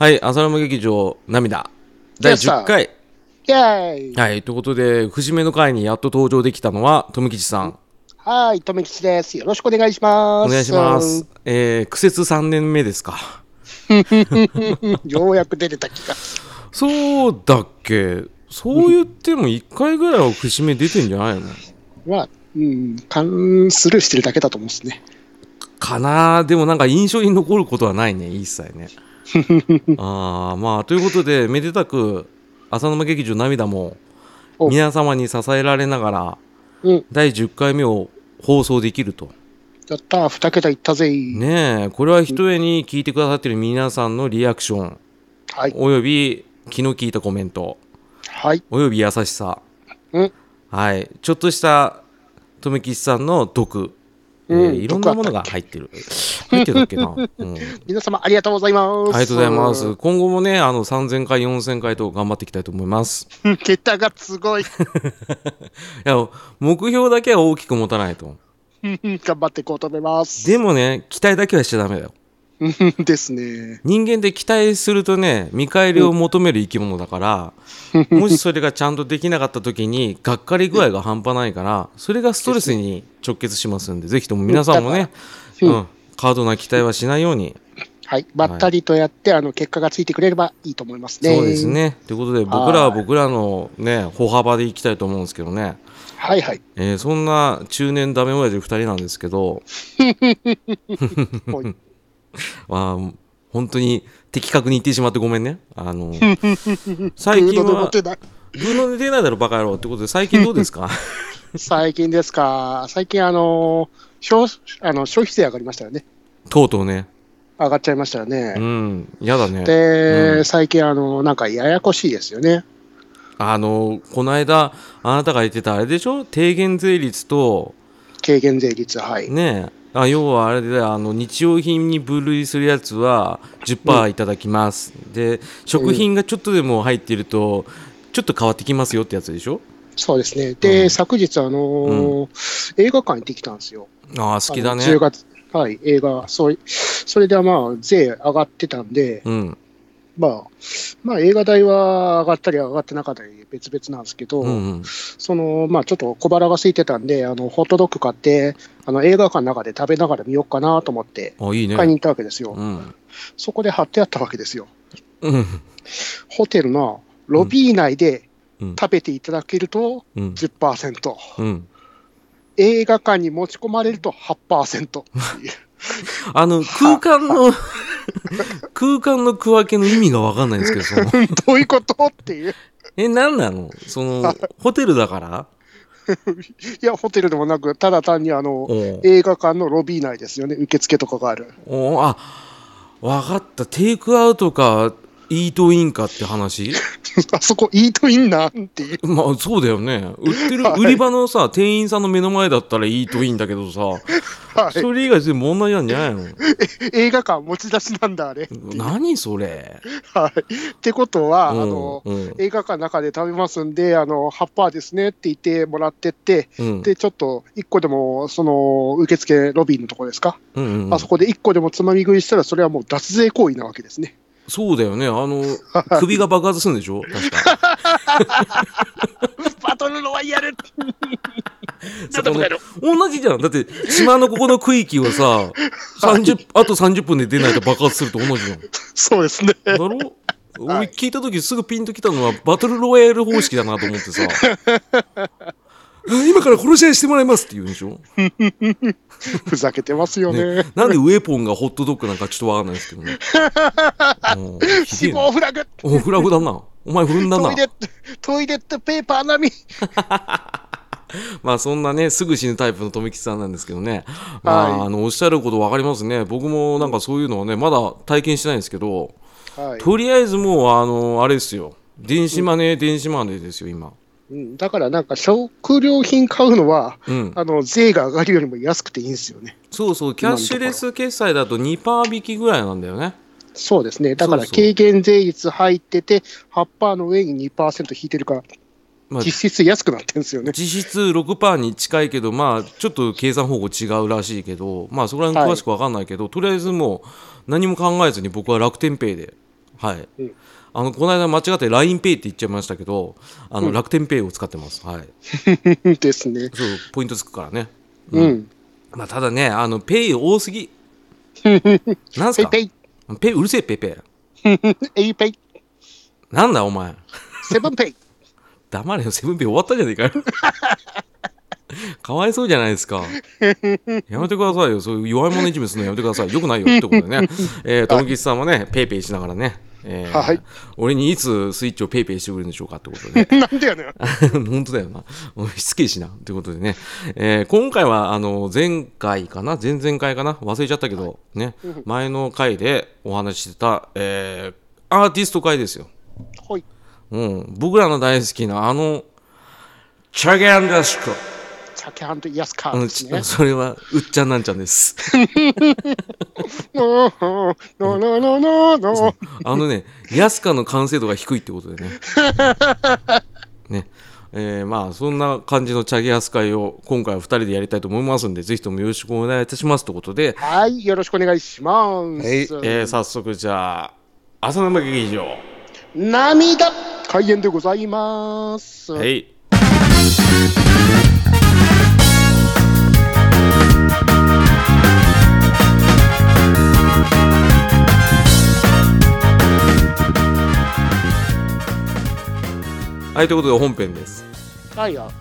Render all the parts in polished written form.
はい、浅沼劇場涙第10回。 イェーイ。 はい、ということで、節目の回にやっと登場できたのは、富吉さん。 はい、とめきちです。よろしくお願いしまお願いしす。 ます。苦節3年目ですか。 ようやく出れた気がすそうだっけ。そう言っても1回ぐらいは節目出てんじゃないのる。まあ、勘スルーしてるだけだと思うんですね。 かな。でもなんか印象に残ることはないね、一切ね。まあ、ということで、めでたく、浅沼劇場涙も、 お、 皆様に支えられながら、第10回目を放送できると。 やったー、2桁いったぜ。 ねえ、これはひとえに聞いてくださっている皆さんのリアクション、 はい、 および気の利いたコメント、 はい、 および優しさ、はい、ちょっとした留吉さんの毒、いろんなものが入ってる。入ってるだっけな、 皆様ありがとうございます。 ありがとうございます。今後もね、3000回、4000回と頑張っていきたいと思います。 桁がすごい。 いや、目標だけは大きく持たないと。 頑張っていこうと思います。 でもね、期待だけはしちゃダメだよ。 ですね。 人間って期待するとね、見返りを求める生き物だから、もしそれがちゃんとできなかった時にがっかり具合が半端ないから、それがストレスに直結しますんで、ぜひとも皆さんもね、過度な期待はしないように。 はい、ばったりとやって、結果がついてくれればいいと思いますね。 そうですね。ということで、僕らは僕らのね、歩幅でいきたいと思うんですけどね。 はいはい。 そんな中年ダメ親父2人なんですけど、本当に的確に言ってしまってごめんね。最近はグーの寝てないだろバカ野郎ってことで、最近どうですか？ 最近ですか。最近消費税上がりましたよね。 とうとうね。 上がっちゃいましたよね。 やだね。 で、最近なんかややこしいですよね。 この間あなたが言ってたあれでしょ、低減税率と軽減税率、はい。 ねえ、要はあれで日用品に分類するやつは 10% いただきます、で食品がちょっとでも入っているとちょっと変わってきますよってやつでしょ。 そうですね。で、昨日映画館行ってきたんですよ。 好きだね。 10月、はい、映画。それではまあ税上がってたんで、まあ映画代は上がったり上がってなかったり別々なんですけど、まあちょっと小腹が空いてたんで、ホットドッグ買って、映画館の中で食べながら見ようかなと思って、買いに行ったわけですよ。そこで貼ってあったわけですよ。ホテルのロビー内で食べていただけると 10%、映画館に持ち込まれると 8% っていう。 空間の区分けの意味が分かんないんですけど、 どういうことっていう。 何なのホテルだからいや、ホテルでもなく、ただ単に映画館のロビー内ですよね、受付とかがある。 分かった。テイクアウトかイートインかって話。 あそこイートインなんていう。 まあそうだよね。売ってる売り場のさ、店員さんの目の前だったらイートインだけどさ、それ以外全部問題なんじゃないの？ 映画館持ち出しなんだあれ。 何それ。 はい。ってことは、映画館の中で食べますんで、8%ですねって言ってもらってって、でちょっと1個でも受付ロビーのところですか、あそこで1個でもつまみ食いしたら、それはもう脱税行為なわけですね。 そうだよね。首が爆発するんでしょ確か。 バトルロワイヤル同じじゃん。だって島のここの区域をさ、あと30分で出ないと爆発すると同じじゃん。 そうですね。 だろ？俺聞いた時すぐピンときたのはバトルロワイヤル方式だなと思ってさ、今から殺し合いしてもらいますって言うんでしょ。 ふざけてますよ ね。 なんでウェポンがホットドッグなんかちょっとわかんないですけどね。 死亡フラグ。 フラグだな。お前踏んだな。 トイレットペーパー並み。 まあそんなね、すぐ死ぬタイプの富吉さんなんですけどね。まあ、おっしゃること分かりますね。僕もなんかそういうのはね、まだ体験してないんですけど、とりあえずもうあれですよ。電子マネーですよ今。 だからなんか食料品買うのは、税が上がるよりも安くていいんですよね。 そうそう、キャッシュレス決済だと 2% 引きぐらいなんだよね。 そうですね。だから軽減税率入ってて 8% の上に 2% 引いてるから、実質安くなってるんですよね。 実質 6% に近いけど、まあちょっと計算方法違うらしいけど、まあそこら辺詳しく分かんないけど、とりあえずもう何も考えずに僕は楽天ペイではい、この間間違って LINEPay って言っちゃいましたけど、楽天ペイを使ってます。はい。 ですね。 そう、ポイントつくからね。まあ、ただね、ペイ多すぎ。なんすか？ ペイペイうるせえ、ペイペイ。エイペイ。 なんだお前。 セブンペイ。 黙れよ、セブンペイ終わったじゃねえかよ。かわいそうじゃないですか。やめてくださいよ。そういう弱い者いじめするのやめてください。よくないよってことでね。ともきちさんはね、ペイペイしながらね。はい、俺にいつスイッチをペイペイしてくれるんでしょうかってことで、 ね、なんでやねん。 本当だよな。しつけえしなということでね、今回は前回かな、前々回かな、忘れちゃったけど、ね、前の回でお話ししてた、アーティスト会ですよ。 はい。 僕らの大好きなチャゲアンダスコ。 チャゲアンダイアスカーですね。 それはうっちゃんなんちゃんです。ヤスカの完成度が低いってことでね。ね、まあそんな感じのチャゲヤス会を今回は2人でやりたいと思いますんで、ぜひともよろしくお願いいたしますということで、 はい、よろしくお願いします。 はい、早速じゃあ浅沼劇場涙開演でございます。 はい。はい、ということで本編です。 はいはい、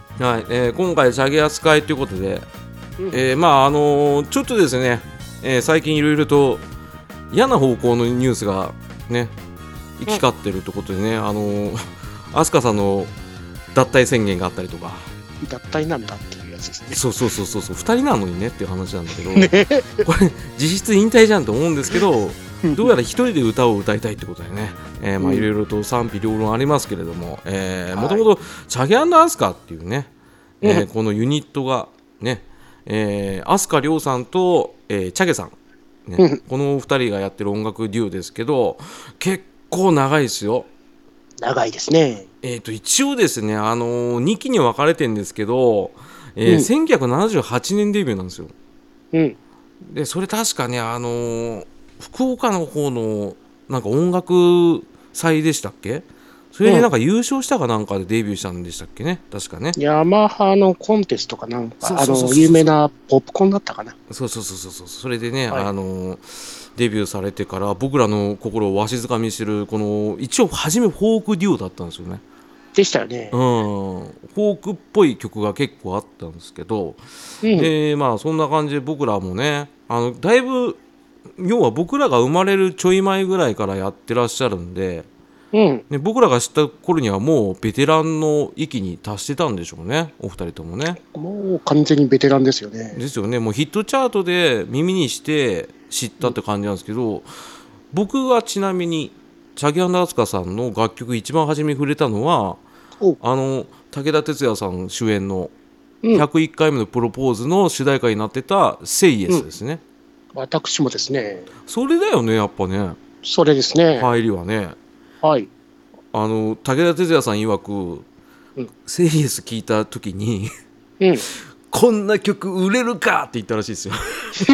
今回チャゲヤス会ということで、まあちょっとですね、最近いろいろと嫌な方向のニュースがね行き交ってるということでね、飛鳥さんの脱退宣言があったりとか。 脱退なんだっていうやつですね。 そう2人なのにねっていう話なんだけど、これ実質引退じゃんと思うんですけど、どうやら一人で歌を歌いたいってことでね、まあいろいろと賛否両論ありますけれども、もともとチャゲアンダーアスカっていうね、このユニットがね、飛鳥涼さんと、チャゲさん、ね、この2人がやってる音楽デュオですけど、結構長いですよ。 長いですね。 一応ですね、2期に分かれてるんですけど、1978年デビューなんですよ。でそれ確かね、福岡の方のなんか音楽祭でしたっけ、それでなんか優勝したかなんかでデビューしたんでしたっけね、確かね。 ヤマハのコンテストかなんか、有名なポップコーンだったかな。 そうそれでね、デビューされてから僕らの心をわしづかみしてる、この一応初めフォークデュオだったんですよね。 でしたよね。 フォークっぽい曲が結構あったんですけど、でまあそんな感じで僕らもね、だいぶ要は僕らが生まれるちょい前ぐらいからやってらっしゃるんで、ね、僕らが知った頃にはもうベテランの域に達してたんでしょうね、お二人ともね。 もう完全にベテランですよね。 ですよね。もうヒットチャートで耳にして知ったって感じなんですけど、僕がちなみにチャゲアンダーアスカさんの楽曲一番初めに触れたのは、武田鉄矢さん主演の101回目のプロポーズの主題歌になってた「セイエス」ですね。 私もですね。 それだよね、やっぱね。 それですね。 入りはね。 はい。 武田鉄矢さん曰く、セイエス聞いた時に、こんな曲売れるかって言ったらしいですよ。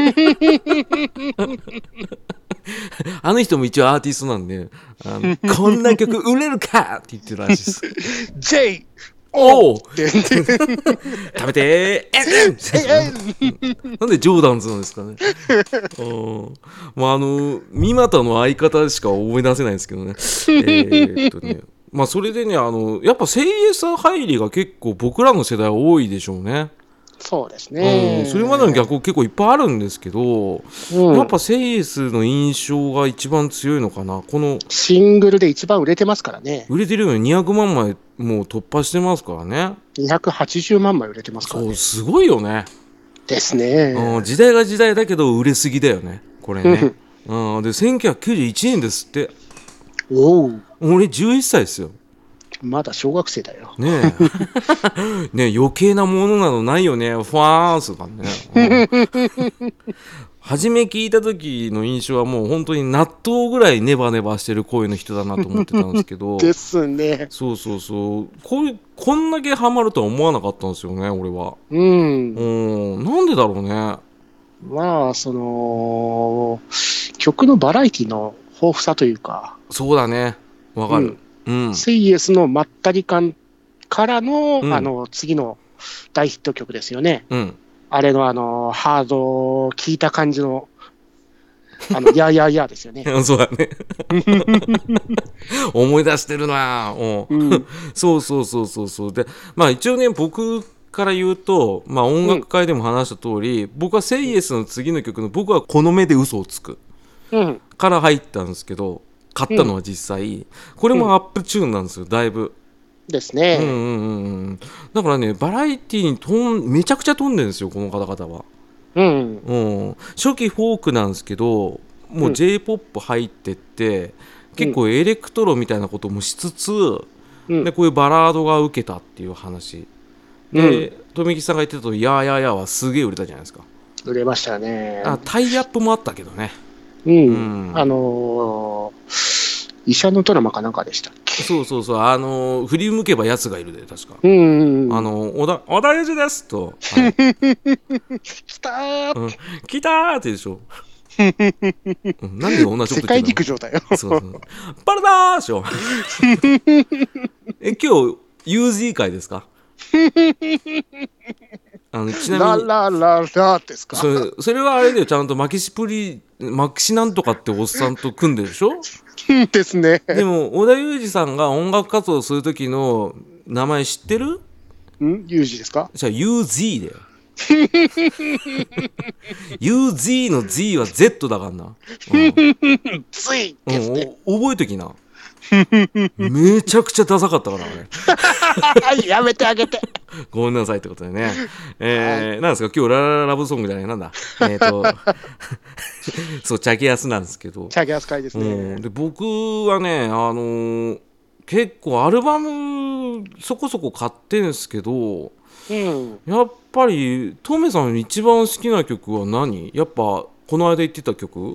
あの人も一応アーティストなんで、こんな曲売れるかって言ってるらしいです。 J おお食べてなんでジョーダンズなんですかね。まあ三股の相方しか思い出せないんですけどね。まあそれでね、やっぱセイエス入りが結構僕らの世代多いでしょうね。 そうですね。 それまでの逆結構いっぱいあるんですけど、やっぱセイエスの印象が一番強いのかな。このシングルで一番売れてますからね。 売れてるように200万枚もう突破してますからね。 280万枚売れてますからね。 そう、すごいよね。 ですね。 時代が時代だけど売れすぎだよね、これね。で1991年ですって。俺11歳ですよ。 まだ小学生だよ。 ね余計なものなどないよね、ファーンスがね。初め聞いた時の印象はもう本当に納豆ぐらいネバネバしてる声の人だなと思ってたんですけど。 ですね。 そうこんだけハマるとは思わなかったんですよね、俺は。なんでだろうね。 まあ曲のバラエティの豊富さというか。 そうだね。わかる。 セイエスのまったり感からの、次の大ヒット曲ですよね。あれのハード聞いた感じの、やーやーやーですよね。 そうだね。思い出してるな。そうそうそうそうそう。で、まあ一応ね、僕から言うと、まあ音楽会でも話した通り、僕はセイエスの次の曲の僕はこの目で嘘をつく。から入ったんですけど、買ったのは実際、これもアップチューンなんですよ、だいぶ。 ですね。 だからね、バラエティーにめちゃくちゃ飛んでるんですよ、この方々は。初期フォークなんですけど、もう J-POP 入ってって、結構エレクトロみたいなこともしつつ、でこういうバラードが受けたっていう話で、富木さんが言ってたとやーやーやーはすげえ売れたじゃないですか。 売れましたね。 タイアップもあったけどね。 医者のドラマかなんかでしたっけ。 そうそうそう、振り向けばやつがいるで、確か。織田裕二ですと。 来たー、 来たーってでしょ。なんで同じこと言って世界陸上だよ。 そうそう。バラだーでしょ。今日、UZ 会ですか。ちなみにララララですか。 それはあれでちゃんとマキシなんとかっておっさんと組んでるでしょ。 ですね。 でも織田裕二さんが音楽活動する時の名前知ってる？ 裕二ですか？ じゃあ UZ だよ。UZ の Z は Z だからな。 ついですね。 覚えときな。めちゃくちゃダサかったからね。 やめてあげて。 ごめんなさいってことでね。なんですか今日ラララブソングじゃないなんだ。そうチャゲヤスなんですけど。 チャゲヤス会ですね。 で僕はね結構アルバムそこそこ買ってんすけど、やっぱりトメさん一番好きな曲は何？やっぱこの間言ってた曲？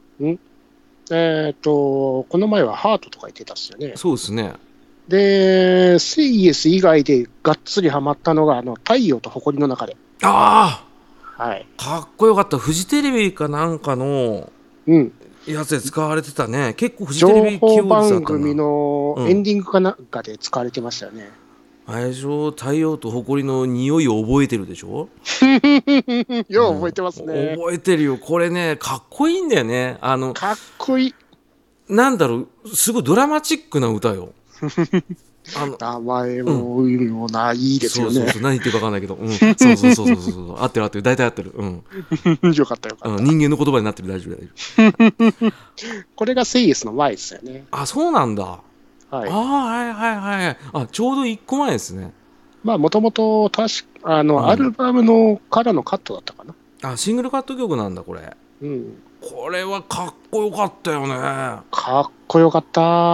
この前はハートとか言ってたっすよね。 そうですね。 で、セイエス以外でがっつりハマったのが太陽と埃の中で。 ああ、はい、 かっこよかった。フジテレビかなんかのやつで使われてたね。結構フジテレビ情報番組のエンディングかなんかで使われてましたよね。 あれでしょ、太陽と埃の匂いを覚えてるでしょ。 よう覚えてますね。 覚えてるよ。これねかっこいいんだよね。 かっこいい。 なんだろう、すごいドラマチックな歌よ。 名前もいいですよね。 そうそうそう、何言ってるか分かんないけど、そうそうそうそうそう、合ってる合ってる、大体合ってる。 よかったよかった。 人間の言葉になってる、大丈夫大丈夫。 これがセイエスの前ですよね。 あ、そうなんだ。はい、はいはいはい。ちょうど1個前ですね。 まあもともと確かアルバムのからのカットだったかな。 シングルカット曲なんだこれ。これはかっこよかったよね。 かっこよかった。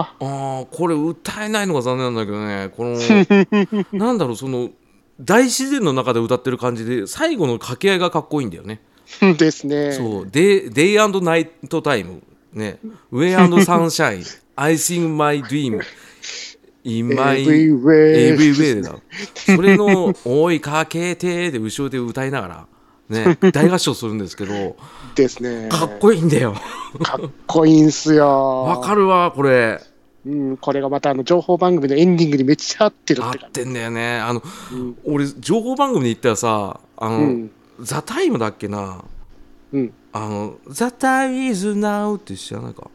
これ歌えないのが残念なんだけどね。このなんだろう、その大自然の中で歌ってる感じで最後の掛け合いがかっこいいんだよね。 ですね。 そう、デイ&ナイトタイムね、ウェイ&サンシャインI sing my dream in my everywhere だ。それの追いかけてで後ろで歌いながらね、大合唱するんですけどですね。 かっこいいんだよ。 かっこいいんすよ。 わかるわこれ。 これがまた情報番組のエンディングにめっちゃ合ってるって合ってんだよね。俺情報番組で言ったらさ、ザタイムだっけな、ザタイズナウって知らないか。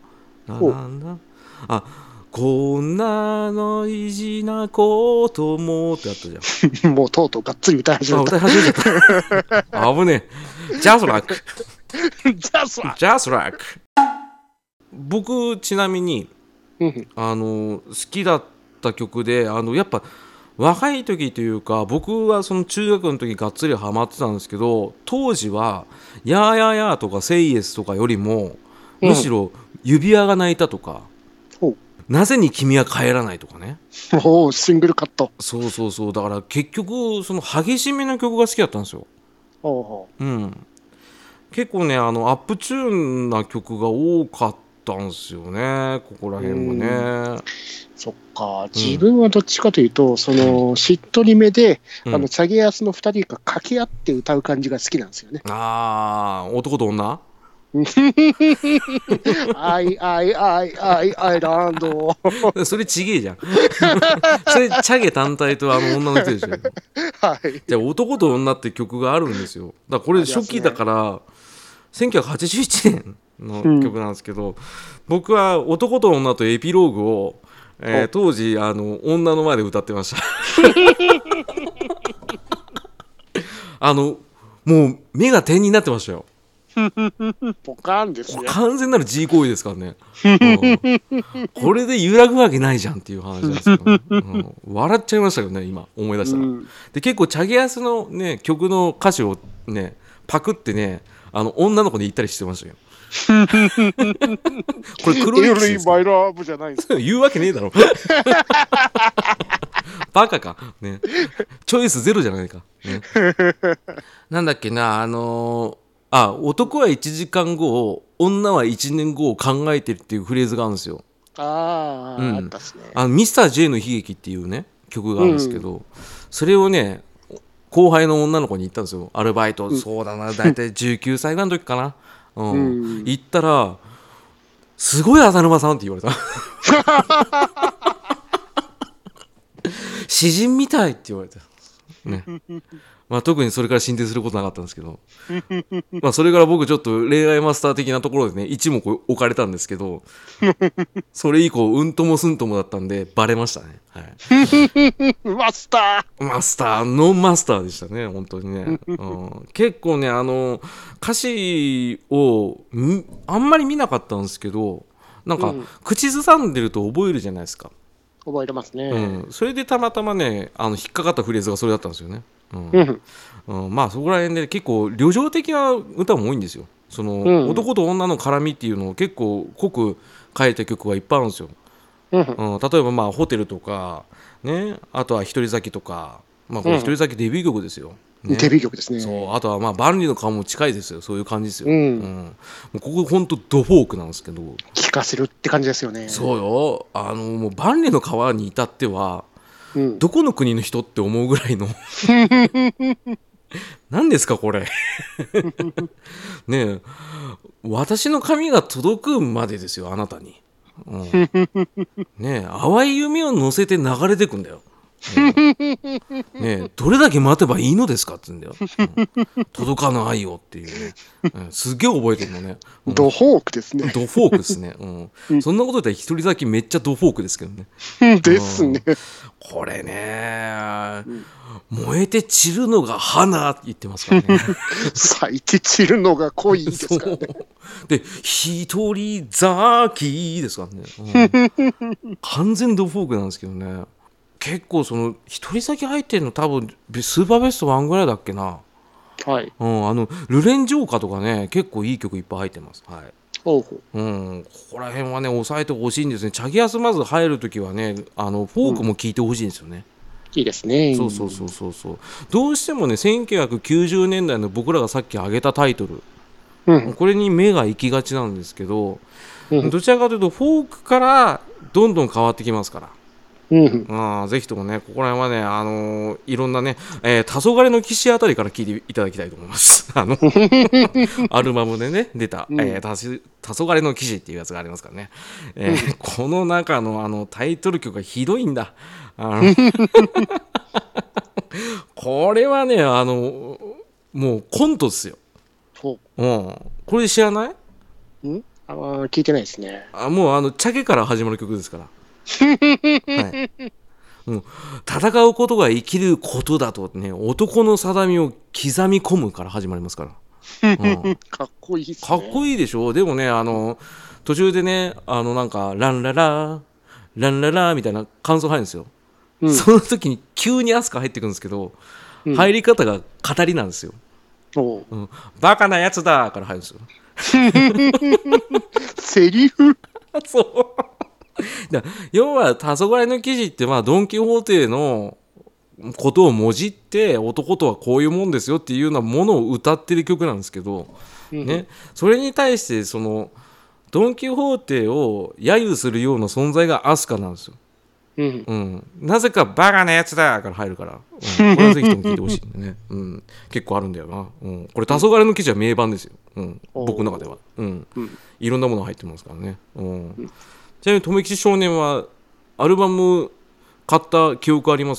こんなノイジーなこともってあったじゃん。 もうとうとうがっつり歌い始めた。 歌い始めちゃった。危ねえ。ジャスラック。ジャスラック。僕ちなみに好きだった曲でやっぱ若い時というか僕はその中学の時がっつりハマってたんですけど、当時はヤーヤーヤーとかセイエスとかよりもむしろ指輪が泣いたとか、なぜに君は帰らないとかね。 シングルカット。 そうそうそう。だから結局その激しめな曲が好きだったんですよ。結構ねアップチューンな曲が多かったんですよね、ここら辺もね。 そっか、自分はどっちかというとそのしっとりめでチャゲヤスの2人が掛け合って歌う感じが好きなんですよね。 男と女。 アイランド。 それちげえじゃん。それチャゲ単体と女の人でしょ。 はい。 じゃあ男と女って曲があるんですよ。だからこれ初期だから、1981年の曲なんですけど、僕は男と女とエピローグを、当時女の前で歌ってました。もう目が点になってましたよ。 ポカンですね。 完全なる G 行為ですからね。これで揺らぐわけないじゃんっていう話なんですけど、笑っちゃいましたよね、今思い出したら。で結構チャゲアスの、ね、曲の歌詞をねパクってね、女の子に言ったりしてましたよ。これ黒歴史ですか。 エリーマイラブじゃないですか。 言うわけねえだろ。バカか、ね、チョイスゼロじゃないか、ね、なんだっけな、男は1時間後を女は1年後を考えてるっていうフレーズがあるんですよ。 あったっすね。 ミスター J の悲劇っていうね曲があるんですけど、それをね後輩の女の子に言ったんですよ。アルバイト、そうだな、大体19歳ぐらいの時かな、言ったらすごい浅沼さんって言われた。詩人みたいって言われた、ね。特にそれから進展することなかったんですけど、それから僕ちょっと恋愛マスター的なところでね一目置かれたんですけど、それ以降うんともすんともだったんでバレましたね、はい、 マスターノンマスターでしたね本当にね、結構ね歌詞をあんまり見なかったんですけど、なんか、口ずさんでると覚えるじゃないですか。 覚えてますね、 それでたまたまね引っかかったフレーズがそれだったんですよね。そこら辺で結構旅情的な歌も多いんですよ。その、男と女の絡みっていうのを結構濃く書いた曲がいっぱいあるんですよ。例えばホテルとかね、あとは一人咲きとか、これ一人咲きデビュー曲ですよ。 ね、デビュー曲ですね。 そう、あとは万里の顔も近いですよ。そういう感じですよ。もうここ本当ドフォークなんですけど、 聴かせるって感じですよね。 そうよ。もう万里の川に至っては、どこの国の人って思うぐらいの何ですかこれ。ねえ、私の髪が届くまでですよあなたに、ねえ、淡い夢を乗せて流れてくんだよ。ね、どれだけ待てばいいのですかって言うんだよ、届かないよっていうね、すっげえ覚えてるのね、 ドフォークですね。 ドフォークですね、そんなこと言ったら一人咲きめっちゃドフォークですけどね。 ですね。 これね、燃えて散るのが花って言ってますからね。 咲いて散るのが恋ですからね。 で一人咲きですからね、完全ドフォークなんですけどね。結構その一人先入ってるの多分スーパーベスト1ぐらいだっけな。 はい。 ルレンジョーカとかね結構いい曲いっぱい入ってます。はい。ここら辺はね抑えてほしいんですね。チャギアスまず入るときはねフォークも聴いてほしいんですよね。 いいですね。 そう。どうしてもね1990年代の僕らがさっき挙げたタイトル、これに目が行きがちなんですけど、どちらかというとフォークからどんどん変わってきますから。ぜひともねここら辺はねいろんなね黄昏の騎士あたりから聞いていただきたいと思います。アルバムでね出た、黄昏の騎士っていうやつがありますからね、この中のタイトル曲がひどいんだ。これはねもうコントですよ。これ知らない？ 聞いてないですね。 もうチャゲから始まる曲ですから。はい、戦うことが生きることだとね男の定めを刻み込むから始まりますから、 かっこいいですね。 かっこいいでしょ。でもね途中でねなんかランララランララみたいな感想入るんですよ、その時に急にアスカ入ってくるんですけど、入り方が語りなんですよ。バカなやつだから入るんですよ。 セリフそう要は黄昏の記事ってドン・キホーテのことをもじって男とはこういうもんですよっていうようなものを歌ってる曲なんですけど、ね、それに対してそのドン・キホーテを揶揄するような存在がアスカなんですよ。 うんうん、なぜかバカなやつだから入るから、うん、これはぜひとも聞いてほしいんでね、うん、結構あるんだよな、うん、これ黄昏の記事は名盤ですよ、うん、僕の中では、うんうん、 いろんなもの入ってますからね、うん、 うん、 ちなみに留吉少年はアルバム買った記憶あります？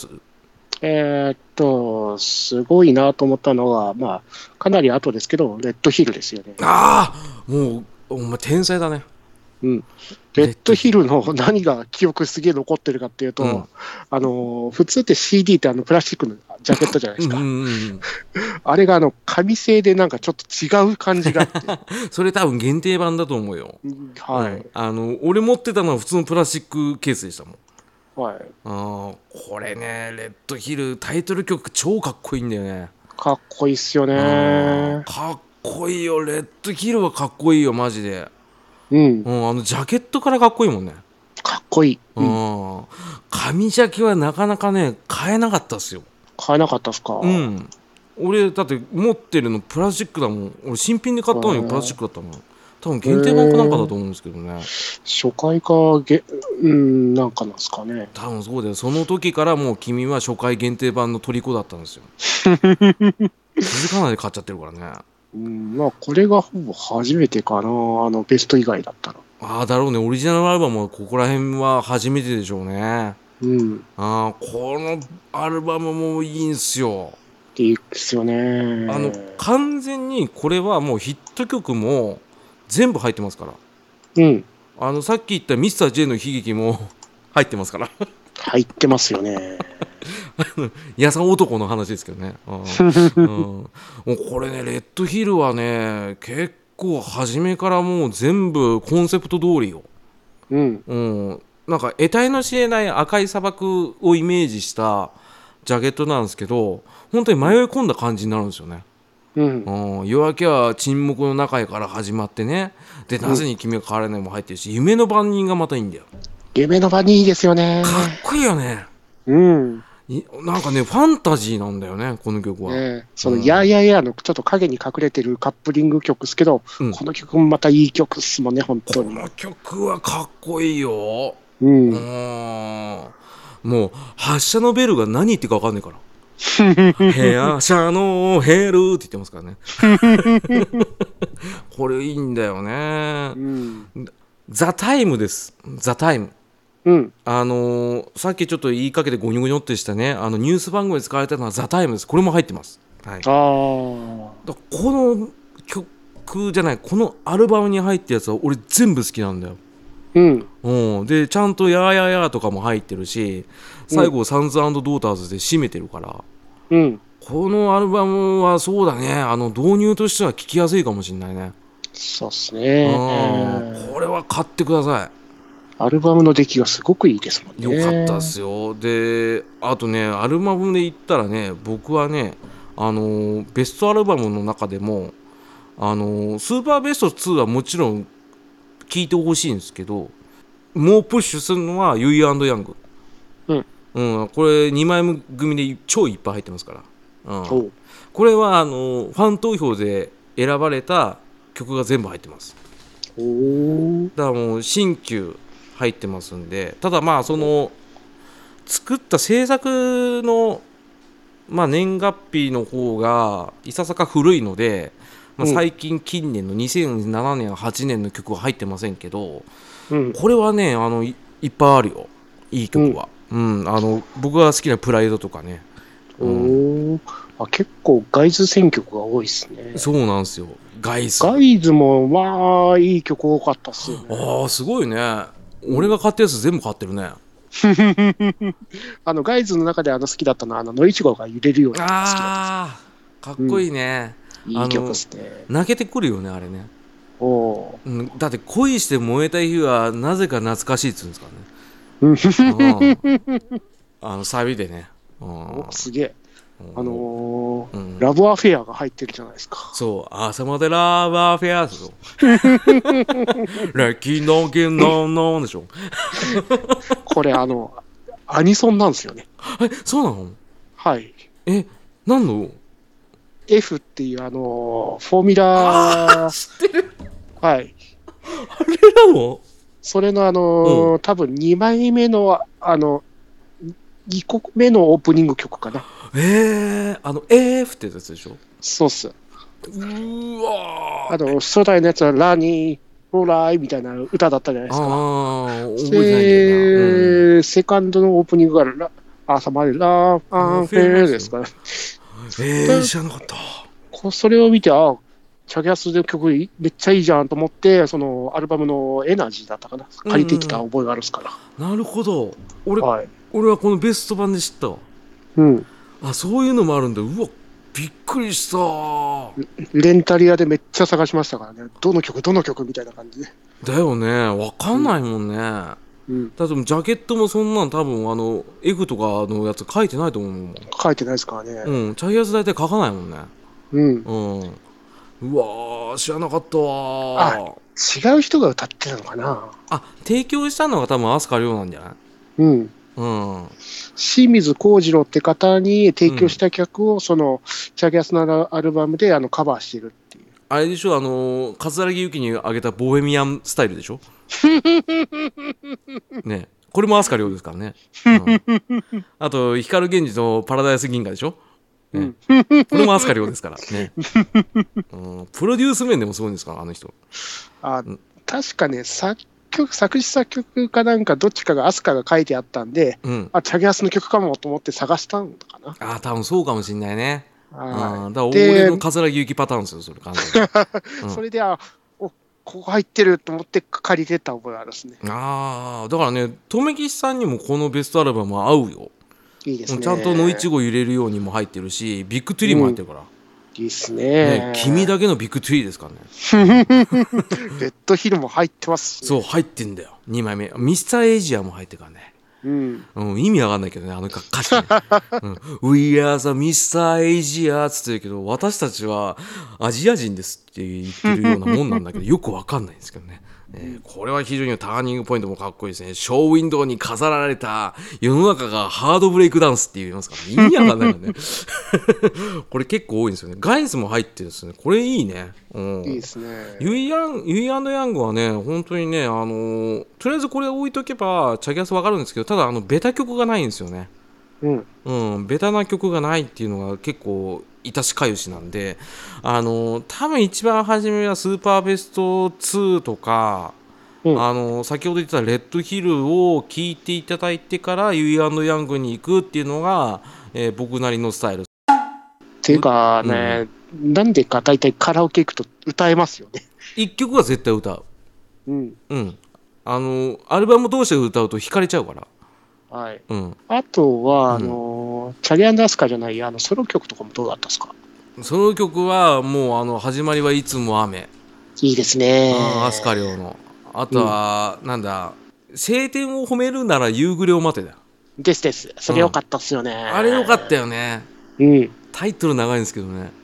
すごいなと思ったのは、まあ、かなり後ですけど、レッドヒルですよね。 ああ、もうお前天才だね。 うん、レッドヒルの何が記憶すげえ残ってるかっていうと、普通って CD ってプラスチックのジャケットじゃないですか。あれが紙製でなんかちょっと違う感じがあって。 それ多分限定版だと思うよ。 はい。 俺持ってたのは普通のプラスチックケースでしたもん。 はい。 これね、レッドヒルタイトル曲超かっこいいんだよね。 かっこいいっすよね。 かっこいいよ、レッドヒルはかっこいいよマジで。 うん、 ジャケットからかっこいいもんね。 かっこいい。 紙ジャケはなかなかね買えなかったっすよ。 買えなかったっすか？ うん。俺だって持ってるのプラスチックだもん。俺新品で買ったのにプラスチックだったもん。多分限定版かなんかだと思うんですけどね。 初回かなんかなんですかね。 多分そうだよ。その時からもう君は初回限定版の虜だったんですよ。気づかないで買っちゃってるからね。 まあこれがほぼ初めてかな、ベスト以外だったら。 ああだろうね。オリジナルアルバムはここら辺は初めてでしょうね。 うん。 このアルバムもいいんすよ。 いいですよね。 完全にこれはもうヒット曲も全部入ってますから。 うん。 さっき言ったミスター J の悲劇も入ってますから。 入ってますよね。 やさ男の話ですけどね。もうこれね、レッドヒルはね、結構初めからもう全部コンセプト通りよ。 うん。 なんか得体の知れない赤い砂漠をイメージしたジャケットなんですけど、本当に迷い込んだ感じになるんですよね。夜明けは沈黙の中から始まってね、でなぜに君が変わらないも入ってるし、夢の番人がまたいいんだよ。 夢の番人いいですよね。 かっこいいよね。なんかねファンタジーなんだよねこの曲は。 そのやややのちょっと影に隠れてるカップリング曲ですけど、この曲もまたいい曲っすもんね本当に。 この曲はかっこいいよ。もう発射のベルが何言ってか分かんないから。ヘアシャのヘルって言ってますからね。これいいんだよね。ザタイムです。ザタイム。さっきちょっと言いかけてゴニョゴニョってしたね、ニュース番組で使われたのはザタイムです。これも入ってます。はい、この曲じゃない、このアルバムに入ったやつは俺全部好きなんだよ。でちゃんとやーやーやーとかも入ってるし、最後サンズ&ドーターズで締めてるから、このアルバムはそうだね、導入としては聴きやすいかもしれないね。 そうっすね。 これは買ってください。 アルバムの出来がすごくいいですもんね。 よかったっすよ。であとね、アルバムで言ったらね、僕はね、ベストアルバムの中でもスーパーベスト2はもちろん聴いてほしいんですけど、もうプッシュするのはユイ&ヤング。これ2枚組で超いっぱい入ってますから、これはファン投票で選ばれた曲が全部入ってます。だからもう新旧入ってますんで、ただまあその作った制作の、年月日の方がいささか古いので、最近近年の2007年8年の曲は入ってませんけど、これはねいっぱいあるよ、いい曲は。僕が好きなプライドとかね。 結構ガイズ選曲が多いですね。 そうなんですよ。ガイズもまあいい曲多かったっすよね。 すごいね。俺が買ったやつ全部買ってるね。 ガイズの中で好きだったのはノイチゴが揺れるような好きだったかっこいいね。 いい曲ですね。 泣けてくるよねあれね。だって恋して燃えた日はなぜか懐かしいっつうんですからね。サビでね。 すげえ。ラブアフェアが入ってるじゃないですか。 そう、朝までラブアフェアですよ。レキノキノノでしょ。 これアニソンなんですよね。 そうなの？ はい。 何の ？F っていうフォーミュラ知ってる。 はい。 あれなの？ それのうん多分2枚目の2個目のオープニング曲かな。 AF ってやつでしょ。 そうっす。 わ初代のやつはラニー、ローライみたいな歌だったじゃないですか。 覚えてないんだよな。 セカンドのオープニングが朝までラーアンフェーですから。 知らなかった。 それを見て、チャゲアスの曲めっちゃいいじゃんと思って、そのアルバムのエナジーだったかな。借りてきた覚えがあるっすから。 なるほど。俺はこのベスト版で知ったわ。 うん。 そういうのもあるんだ。うわ、びっくりした。 レンタリアでめっちゃ探しましたからね。どの曲みたいな感じで。 だよね。わかんないもんね。 うん。 多分ジャケットもそんなん多分F とかのやつ書いてないと思うもん。 書いてないですからね。 うん。チャゲアス大体書かないもんね。 うん。 うわー、知らなかったわ。 違う人が歌ってたのかな。 提供したのが多分飛鳥涼なんじゃない？ うん。清水幸次郎って方に提供した曲を、そのチャゲアスのアルバムでカバーしてるっていう。 あれでしょ、桂木由紀にあげたボヘミアンスタイルでしょね、これも飛鳥涼ですからね。あと光源氏のパラダイス銀河でしょ、ね、これも飛鳥涼ですからね。プロデュース面でもすごいんですから、あの人。 確かね、作詞作曲かなんかどっちかが飛鳥が書いてあったんで、チャゲアスの曲かもと思って探したのかな。 多分そうかもしれないね。だから俺の桂木由紀パターンですよ、それ完全に。 それでここ入ってると思って借りてた覚えがあるですね。 だからね、留吉さんにもこのベストアルバムは合うよ。 いいですね。 ちゃんと野いちご揺れるようにも入ってるし、ビッグトゥリーも入ってるから。 いいっすね。 君だけのビッグトゥリーですからね。 レッドヒルも入ってます、 ね。そう、入ってんだよ。2枚目。ミスターエイジアも入ってるからね。意味わかんないけどね、歌詞ね。We are the Mr. Asia つってるけど、私たちはアジア人ですって言ってるようなもんなんだけど、よくわかんないんですけどね。これは非常にターニングポイントもかっこいいですね。ショーウィンドウに飾られた世の中がハードブレイクダンスって言いますからね。意味わかんないよね。これ結構多いんですよね。ガイズも入ってるんですね。これいいね。 いいですね。 ユイ・アンド・ヤングはね、本当にね、とりあえずこれ置いとけばチャゲアスわかるんですけど、ただベタ曲がないんですよね。ベタな曲がないっていうのが結構いしかゆしなんで、多分一番初めはスーパーベスト2とか、先ほど言ったレッドヒルを聴いていただいてからユイ・アンド・ヤングに行くっていうのが、僕なりのスタイルっていうかね、なんでか大体カラオケ行くと歌えますよね。 1曲は絶対歌う。アルバム通して歌うと惹かれちゃうから。 あとは、チャゲアンダースカじゃないソロ曲とかもどうだったですか？ ソロ曲はもう始まりはいつも雨。 いいですね。 飛鳥涼の。あとは、なんだ、晴天を褒めるなら夕暮れを待てだ。 です。それよかったっすよね。 あれよかったよね。タイトル長いんですけどね。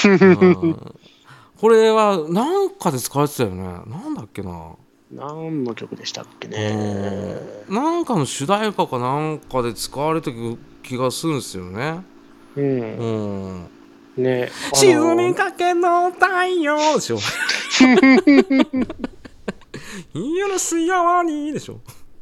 これはなんかで使われてたよね。なんだっけな。 何の曲でしたっけね。 なんかの主題歌かなんかで使われた気がするんですよね。 ね、 沈みかけの太陽でしょ。許すようにでしょ。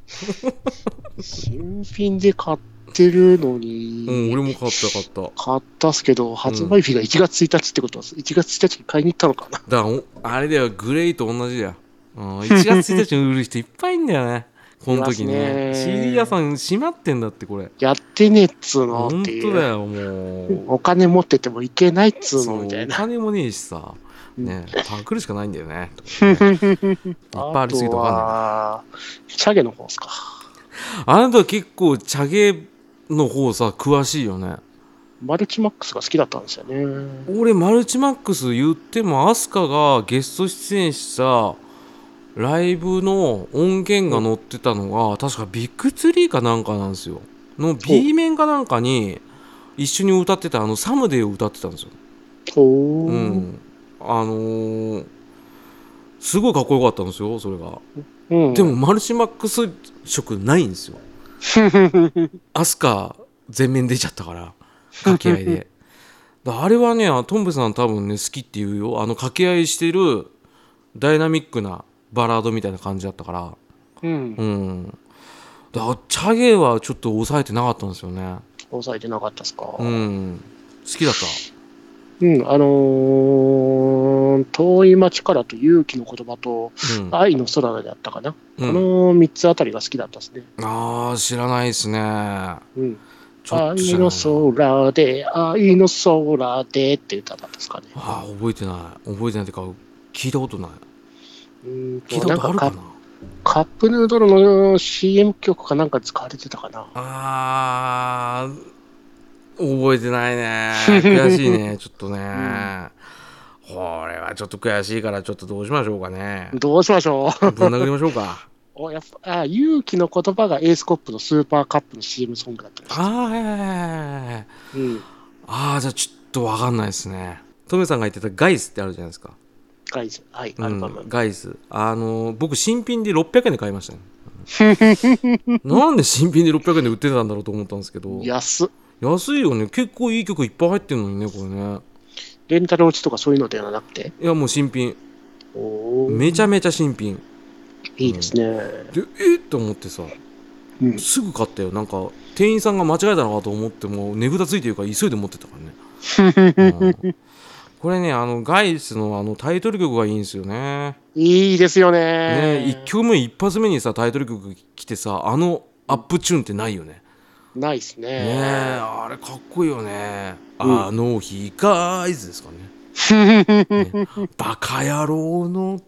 新品で買ってるのに、 俺も買ったっすけど、発売日が1月1日ってことは、1月1日に買いに行ったのかな。 あれだよ、グレイと同じだよ。1月1日に売る人いっぱいいんだよね。この時ね。CD 屋さん閉まってんだって、これ。 やってねえっつうのっていう。 本当だよ、もう。 お金持っててもいけないっつうのみたいな。 お金もねえしさ。ね、パクるしかないんだよね。いっぱいありすぎて分かんない。 チャゲの方ですか。 あなた結構チャゲの方さ、詳しいよね。 マルチマックスが好きだったんですよね。 俺マルチマックス言っても飛鳥がゲスト出演したライブの音源が載ってたのが、確かビッグツリーかなんかなんですよ。の B 面かなんかに一緒に歌ってたサムデーを歌ってたんですよ。すごいかっこよかったんですよ、それが。でもマルチマックス色ないんですよ。飛鳥全面出ちゃったから掛け合いで。あれはね、トンベさん多分ね好きっていうよ。掛け合いしてるダイナミックなバラードみたいな感じだったから。 うん。 だからチャゲはちょっと抑えてなかったんですよね。 抑えてなかったですか。 好きだった。 遠い町からと勇気の言葉と、愛の空であったかな。この3つあたりが好きだったですね。 ああ、知らないですね。 愛の空で、愛の空でって歌だったですかね。 覚えてない。覚えてないっていうか、聞いたことない。聞いたことあるかな。 カップヌードルの CM 曲かなんか使われてたかな。 覚えてないね。悔しいね、ちょっとね。これはちょっと悔しいから、ちょっとどうしましょうかね。 どうしましょう。 ぶん殴りましょうか。 勇気の言葉がエースコップのスーパーカップの CM ソングだったりして。 じゃあちょっとわかんないですね。トメさんが言ってたガイスってあるじゃないですか。 ガイズ、はい、アルバム。 ガイス。僕、新品で600円で買いましたね。なんで新品で600円で売ってたんだろうと思ったんですけど。安いよね。結構いい曲いっぱい入ってるのにね、これね。 レンタル落ちとかそういうのではなくて？ いや、もう新品。めちゃめちゃ新品。 いいですね。 で、と思ってさ、すぐ買ったよ。なんか、店員さんが間違えたのかと思っても、値札ついてるから急いで持ってたからね。これね、ガイスのタイトル曲がいいんですよね。 いいですよね。 1曲目一発目にさ、タイトル曲来てさ、アップチューンってないよね。 ないっすね。 あれかっこいいよね。あの日ガイズですかね。バカ野郎の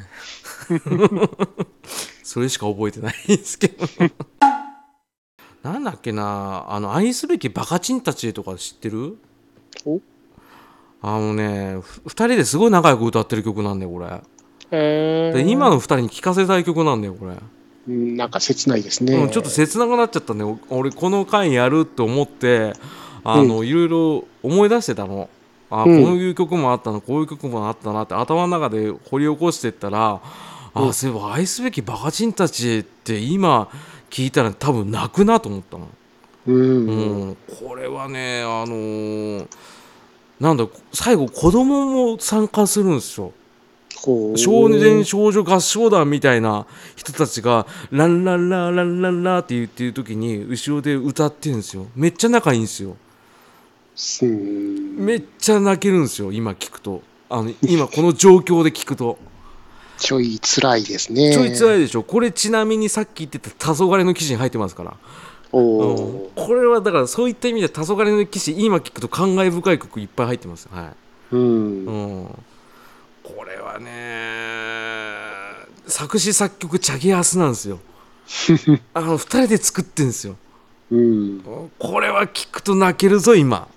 それしか覚えてないんですけど。なんだっけな、愛すべきバカチンたちとか知ってる？2人ですごい仲良く歌ってる曲なんだよこれ。で今の2人に聴かせたい曲なんだよこれ。 なんか切ないですね。 ちょっと切なくなっちゃったね。俺この回やるって思っていろいろ思い出してたの。こういう曲もあったな、こういう曲もあったなって頭の中で掘り起こしていったら、そういえば愛すべきバカチンたちって今聞いたら多分泣くなと思ったの。これはねなんだ最後子供も参加するんですよ。少年少女合唱団みたいな人たちがランランラランランラって言ってる時に後ろで歌ってるんですよ。めっちゃ仲いいんですよ。めっちゃ泣けるんですよ今聞くと。今この状況で聞くとちょい辛いですね。 ちょい辛いでしょ。これちなみにさっき言ってた黄昏の騎士に入ってますから。これはだからそういった意味で黄昏の騎士今聞くと感慨深い曲いっぱい入ってます。はい。これはね作詞作曲チャゲアスなんですよ。2人で作ってんですよ。これは聞くと泣けるぞ今。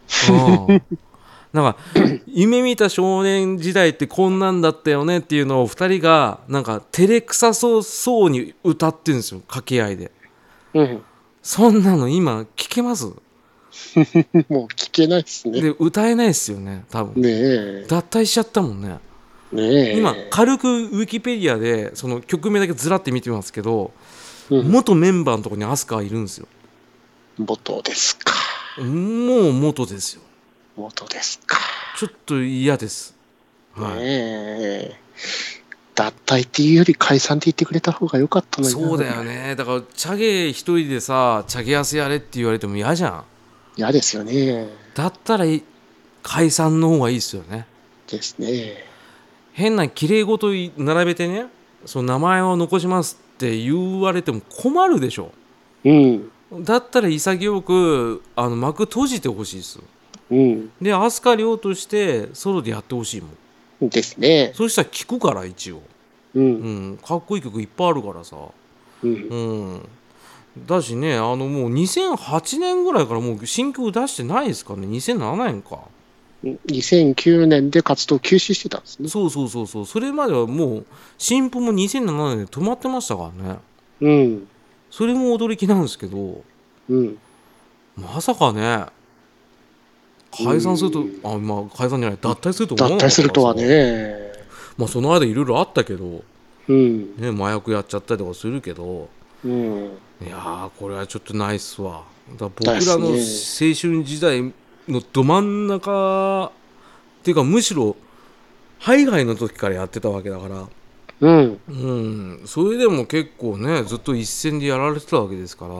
なんか夢見た少年時代ってこんなんだったよねっていうのを2人がなんか照れくさそうに歌ってるんですよ掛け合いで。そんなの今聞けます？もう聞けないっすね。 で歌えないっすよね多分。脱退しちゃったもんね。今軽くウィキペディアでその曲名だけずらって見てますけど、元メンバーのところにアスカいるんですよ。 元ですか。 もう元ですよ。 元ですか。 ちょっと嫌です。 脱退っていうより解散って言ってくれた方が良かったのに。 そうだよね。だからチャゲ一人でさチャゲヤスやれって言われても嫌じゃん。 嫌ですよね。 だったら解散の方がいいですよね。 ですね。 変な綺麗事並べてね、その名前を残しますって言われても困るでしょ。だったら潔く幕閉じてほしいです。で飛鳥涼としてソロでやってほしいもんですね。 そしたら聴くから一応、かっこいい曲いっぱいあるからさ、だしねもう2008年ぐらいからもう新曲出してないですかね。2007年か 2009年で活動休止してたんですね。 そうそれまではもう新譜も2007年で止まってましたからね。それも驚きなんですけど、まさかね解散すると解散じゃない脱退すると思わなかったからさ。脱退するとはね。その間いろいろあったけど、麻薬やっちゃったりとかするけど、いやこれはちょっとないっすわ。だ僕らの青春時代のど真ん中っていうかむしろハイハイの時からやってたわけだから、 うん、 それでも結構ねずっと一線でやられてたわけですから、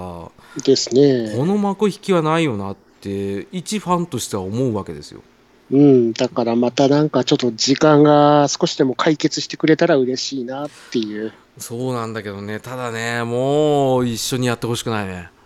ですね。 この幕引きはないよなって一ファンとしては思うわけですよ。 だからまたなんかちょっと時間が少しでも解決してくれたら嬉しいなっていう。 そうなんだけどね、ただね、もう一緒にやってほしくないね。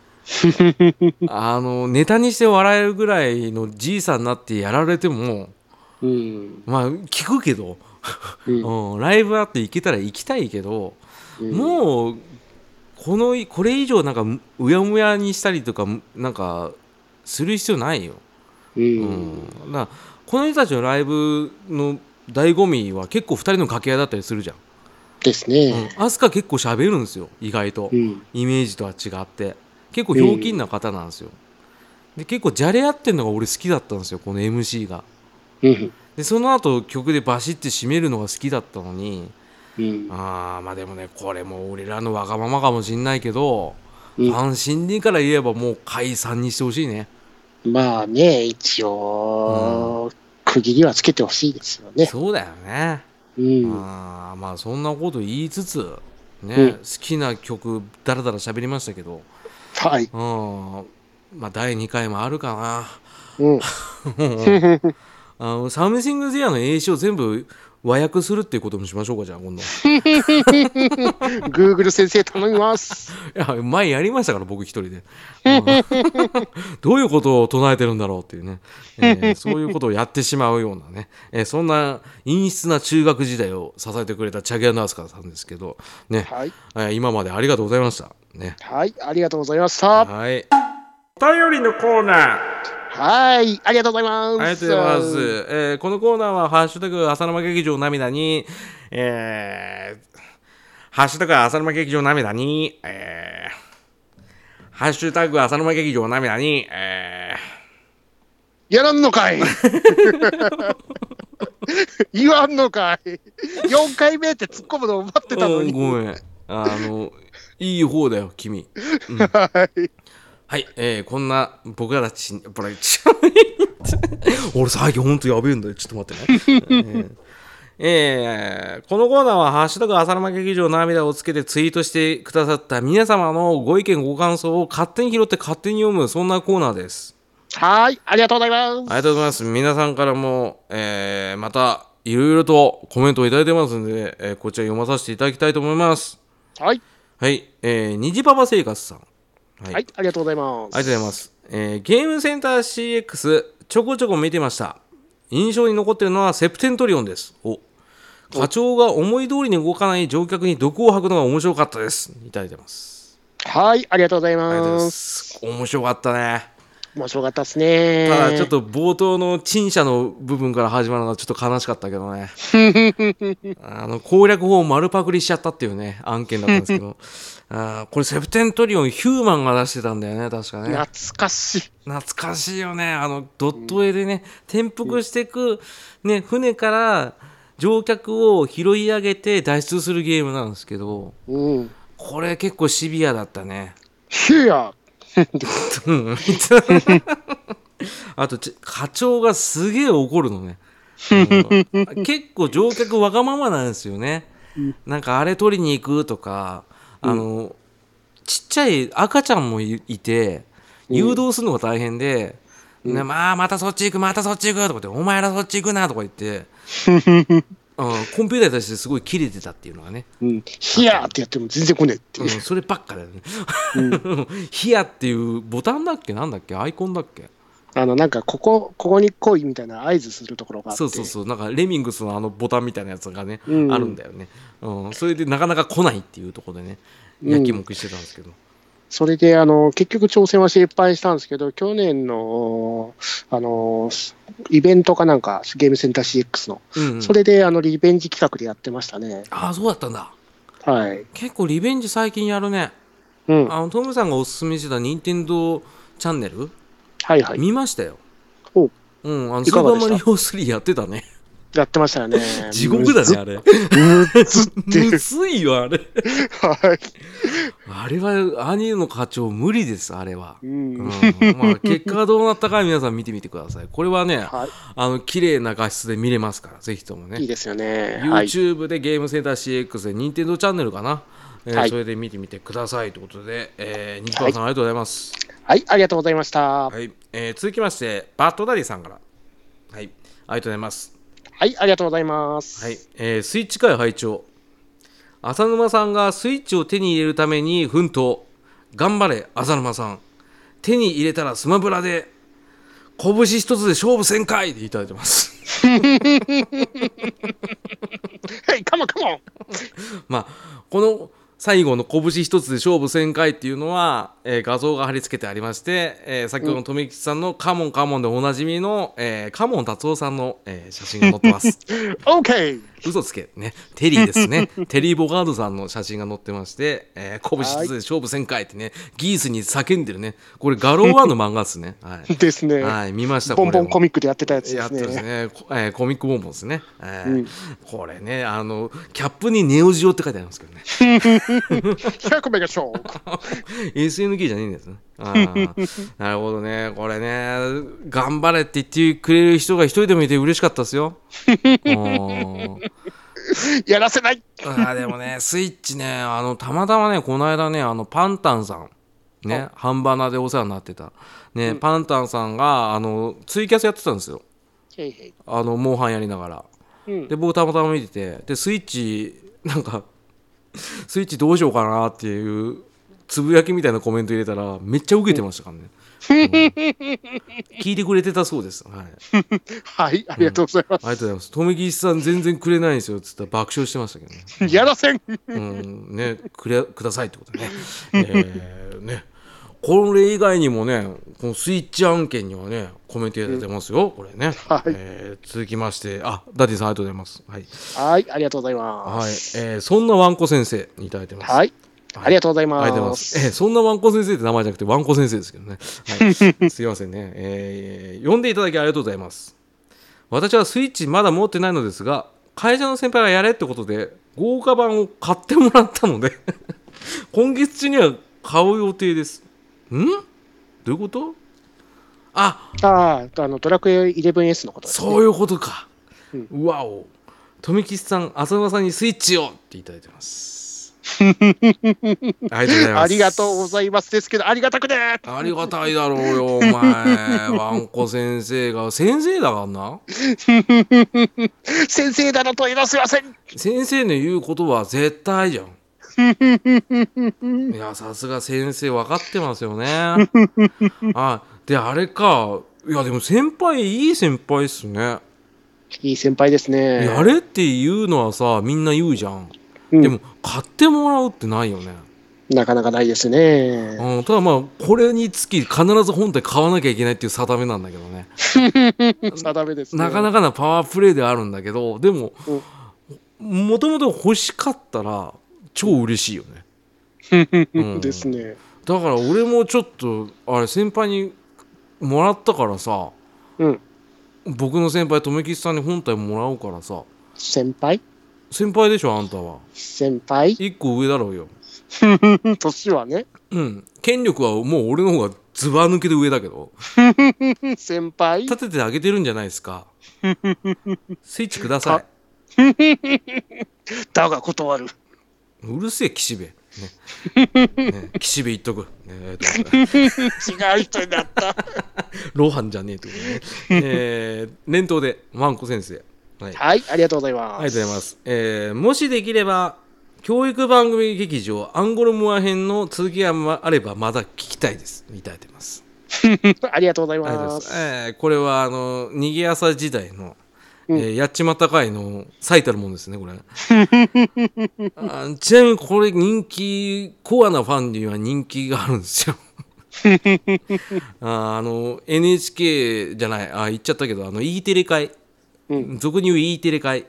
ネタにして笑えるぐらいのじいさんになってやられても、まあ聞くけど、ライブあって行けたら行きたいけど、もうこれ以上なんかうやむやにしたりとかなんかする必要ないよ。だからこの人たちのライブの醍醐味は結構2人の掛け合いだったりするじゃん。 ですね。 アスカ結構喋るんですよ、意外と、イメージとは違って結構ひょうきんな方なんですよ。で結構じゃれ合ってるのが俺好きだったんですよ、この MC が。でその後曲でバシッて締めるのが好きだったのに、まあでもね、これも俺らのわがままかもしんないけど、ファン心理から言えばもう解散にしてほしいね。 まあね、一応、区切りはつけてほしいですよね。 そうだよね。まあそんなこと言いつつね、好きな曲だらだら喋りましたけど、 はい。 まあ第2回もあるかな。サムシングゼアの英詞を全部和訳するっていうこともしましょうか、じゃあ今度。 Google 先生頼みます。 いや前やりましたから僕一人で、どういうことを唱えてるんだろうっていうね、そういうことをやってしまうようなね、そんな陰湿な中学時代を支えてくれたチャゲアナースカさんですけどね、今までありがとうございましたね。 はい、ありがとうございました。 はい、お便りのコーナー。 はい、ありがとうございます。 ありがとうございます。このコーナーはハッシュタグ浅沼劇場涙に、ハッシュタグ浅沼劇場涙に、ハッシュタグ浅沼劇場涙に、 やらんのかい言わんのかい4回目って突っ込むのを待ってたのに。 ごめん。いい方だよ、君。はい、こんな僕らたち、俺最近ほんとやべえんだよ。ちょっと待ってね。このコーナーはハッシュタグ浅沼劇場涙をつけてツイートしてくださった皆様のご意見ご感想を勝手に拾って勝手に読む、そんなコーナーです。 はい、ありがとうございます。 ありがとうございます。皆さんからも、またいろいろとコメントをいただいてますので、こちら読まさせていただきたいと思います。 はい。 はい、虹パパ生活さん。 はい、ありがとうございます。 ありがとうございます。ゲームセンター CX ちょこちょこ見てました。印象に残っているのはセプテントリオンです。課長が思い通りに動かない乗客に毒を吐くのが面白かったです。いただいてます。 はい、ありがとうございます。 面白かったね。 面白かったですね。 ただちょっと冒頭の陳謝の部分から始まるのがちょっと悲しかったけどね。攻略法を丸パクリしちゃったっていうね案件だったんですけどこれセプテントリオンヒューマンが出してたんだよね、確かね。 懐かしい。 懐かしいよね。ドット絵でね、転覆していく、ね、船から乗客を拾い上げて脱出するゲームなんですけど、これ結構シビアだったね。 シアあと課長がすげえ怒るのね。結構乗客わがままなんですよね。なんかあれ取りに行くとか、ちっちゃい赤ちゃんもいて誘導するのが大変で、またそっち行くまたそっち行くとか言って、お前らそっち行くなとか言ってコンピューターに対してすごいキレてたっていうのがね。 ヒアーってやっても全然来ねえっていう、 そればっかだよね。ヒアっていうボタンだっけ、なんだっけ、アイコンだっけ、 なんかここに来いみたいな合図するところがあって、 そうなんかレミングスのボタンみたいなやつがね、あるんだよね。それでなかなか来ないっていうところでね、やきもきしてたんですけど、 それで結局挑戦は失敗したんですけど、去年のイベントかなんかゲームセンター CX の、それでリベンジ企画でやってましたね。 そうだったんだ。 はい。 結構リベンジ最近やるね。トムさんがおすすめしてた任天堂チャンネル、見ましたよ。 スーパーマリオ3やってたね。 やってましたよね。 地獄だね、あれ。むずいよ、あれ。はい。あれは、兄の課長無理です、あれは。まあ、結果がどうなったか皆さん見てみてください。これはね、綺麗な画質で見れますから、ぜひともね。 いいですよね。 YouTube でゲームセンター CX で、任天堂チャンネルかな。それで見てみてくださいということで、ニキパさんありがとうございます。 はい、ありがとうございました。 はい、続きまして、バッドダディさんから。はい、ありがとうございます。 はい、ありがとうございます。 はい、スイッチ界拝聴。浅沼さんがスイッチを手に入れるために奮闘。頑張れ、浅沼さん。手に入れたらスマブラで、拳一つで勝負せんかいっていただいてます。 はい、カモン。 まあ、この最後の拳一つで勝負1000回っていうのは、画像が貼り付けてありまして、先ほどの富吉さんのカモンでおなじみの、カモン達夫さんの、写真が載ってます。 OK 嘘つけね、テリーですね。テリー・ボガードさんの写真が載ってまして、拳一つで勝負1000回ってね、ギースに叫んでるね。これガローワンの漫画ですね。はい、 ですね。 はい、見ました。 ボンボンコミックでやってたやつですね。 やってですね、コミックボンボンですね。これね、キャップにネオジオって書いてありますけどね。 100メガショー SNK じゃねえんですね。なるほどね。これね、頑張れって言ってくれる人が一人でもいて嬉しかったですよ。 やらせない。 でもね、スイッチね、たまたまね、この間ね、パンタンさんね、ハンバナでお世話になってたね、パンタンさんがツイキャスやってたんですよ。モンハンやりながら。で、僕たまたま見てて、でスイッチなんかスイッチどうしようかなっていうつぶやきみたいなコメント入れたらめっちゃ受けてましたからね。聞いてくれてたそうです。はい、 はい、ありがとうございます。 ありがとうございます。富木さん全然くれないんですよっつったら爆笑してましたけどね。 やらせん。 ね、くださいってことね。ね、これ以外にもね、このスイッチ案件にはね、コメント出てますよ、これね。続きまして、ダディさんありがとうございます。 はい、ありがとうございます。 はい、そんなわんこ先生にいただいてます。 はい。ありがとうございます。 ありがとうございます。そんなわんこ先生って名前じゃなくてわんこ先生ですけどね。すいませんね。呼んでいただきありがとうございます。私はスイッチまだ持ってないのですが、会社の先輩がやれってことで豪華版を買ってもらったので今月中には買う予定です。どういうこと？ ドラクエ 11S のことですね。 そういうことか。うわお。富吉さん、浅野さんにスイッチをっていただいてます。 ありがとうございますですけど、ありがたくね。 ありがたいだろうよ、お前。わんこ先生が先生だからな。 先生だと言いますません。 先生の言うことは絶対じゃん。いや、さすが先生分かってますよね。で、あれか。いや、でも先輩、いい先輩っすね。 いい先輩ですね。 やれって言うのはさ、みんな言うじゃん。でも買ってもらうってないよね。 なかなかないですね。 ただまあこれにつき必ず本体買わなきゃいけないっていう定めなんだけどね。 定めですね。 なかなかなパワープレイであるんだけど、でももともと欲しかったら超嬉しいよね。ですね。 だから俺もちょっとあれ先輩にもらったからさ、僕の先輩留吉さんに本体もらうからさ。 先輩でしょ、あんたは。 先輩 1個上だろうよ。 年はね。 権力はもう俺の方がズバ抜けで上だけど。 先輩立ててあげてるんじゃないですか。スイッチください。だが断る。 うるせえ岸辺。岸辺言っとく。 違う人になった。 ロハンじゃねえってことね。念頭でワンコ先生。 はい、ありがとうございます。 ありがとうございます。もしできれば教育番組劇場アンゴルモア編の続きがあればまだ聞きたいです。いただいてます。 ありがとうございます。 これは逃げ朝時代の、やっちまった回の最たるものですね、これ。ちなみにこれ人気コアなファンには人気があるんですよ。NHK じゃない、言っちゃったけどE テレ会、俗に言う E テレ会、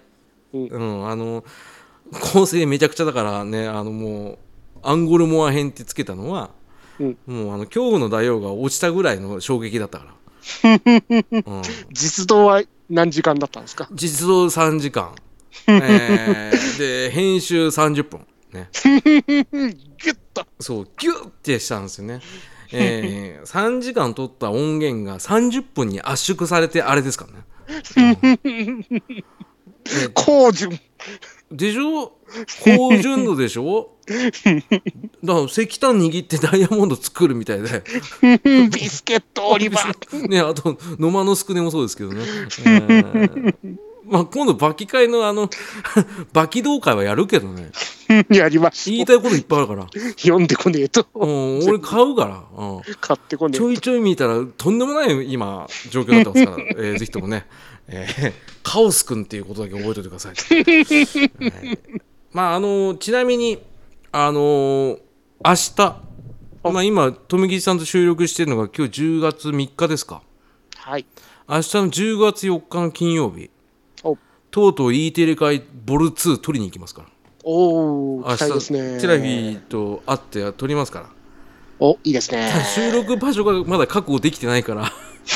構成めちゃくちゃだからね、もうアンゴルモア編ってつけたのは、もう恐怖の大王が落ちたぐらいの衝撃だったから。 実動は何時間だったんですか？ 実動3時間。で、編集30分。ね。 ギュッと。 そう、ギュッてしたんですよね。3時間撮った音源が30分に圧縮されてあれですからね。 高純。 でしょ？高純度でしょ？だから石炭握ってダイヤモンド作るみたいで。 ビスケットオリバー。 ね、あと、野間のすくねもそうですけどね。まあ、今度、バキ会のバキ同会はやるけどね。 やりましょう。 言いたいこといっぱいあるから。 読んでこねえと。 俺買うから。 買ってこねえと。 ちょいちょい見たら、とんでもない今、状況になってますから、ぜひともね、カオスくんっていうことだけ覚えておいてください。まあ、ちなみに、明日、まあ、今、富木さんと収録してるのが今日10月3日ですか。 はい。 明日の10月4日の金曜日、とうとう E テレ会ボル2取りに行きますから。 おー、期待ですね。 テラフィーと会って撮りますから。 お、いいですね。 収録場所がまだ確保できてないから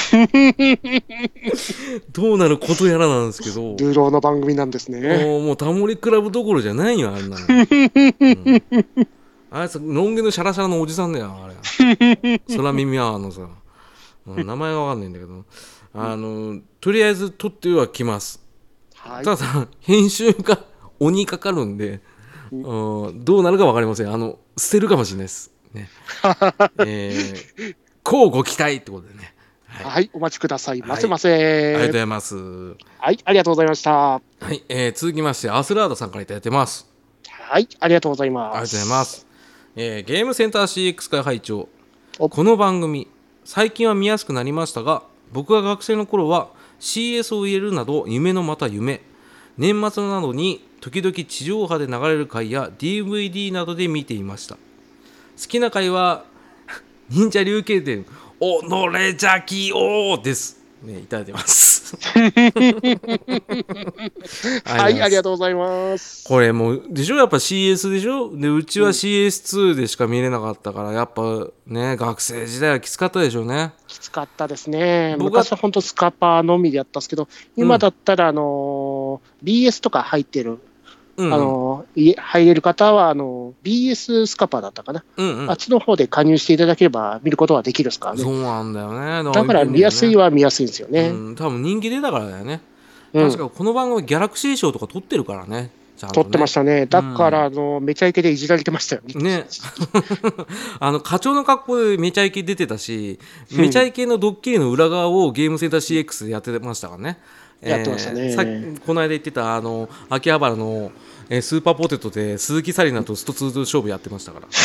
どうなることやらなんですけど、 流浪の番組なんですね。 もうタモリクラブどころじゃないよ、あんなの、あいつロン毛のシャラシャラのおじさんだよ、あれ。空耳アワーのさ、名前がわかんないんだけど、とりあえず撮ってはきます、はい、ただ編集が鬼かかるんで、どうなるか分かりません。捨てるかもしれないですね。こうご期待ってことでね。 はい、はい、お待ちくださいませませ、 はい、ありがとうございます。 はい、ありがとうございました。はい、続きましてアスラーダさんからいただいてます。 はい、ありがとうございます。 ありがとうございます。ゲームセンター CX 会会長、この番組最近は見やすくなりましたが、僕が学生の頃は CS を入れるなど夢のまた夢、年末などに時々地上波で流れる回や DVD などで見ていました。好きな回は忍者龍剣伝おのれじゃきおですね、いただいてますはい、ありがとうございます。 これもうでしょ、やっぱ CS でしょ。で、うちは CS2 でしか見れなかったから、やっぱね、学生時代はきつかったでしょうね。 きつかったですね。昔は本当スカパーのみでやったんですけど、今だったらBS とか入ってる、入れる方はBS スカパーだったかな、あっちの方で加入していただければ見ることはできるですからね。 そうなんだよね。 だから見やすいは見やすいんですよね。 多分人気出たからだよね。確かこの番組ギャラクシー賞とか取ってるからね。 取ってましたね。だからめちゃイケでいじられてましたよね。 ね課長の格好でめちゃイケ出てたし、めちゃイケのドッキリの裏側をゲームセンター CX でやってましたからね。 やってましたね。 この間言ってた秋葉原のスーパーポテトで鈴木紗理奈とスト2勝負やってましたから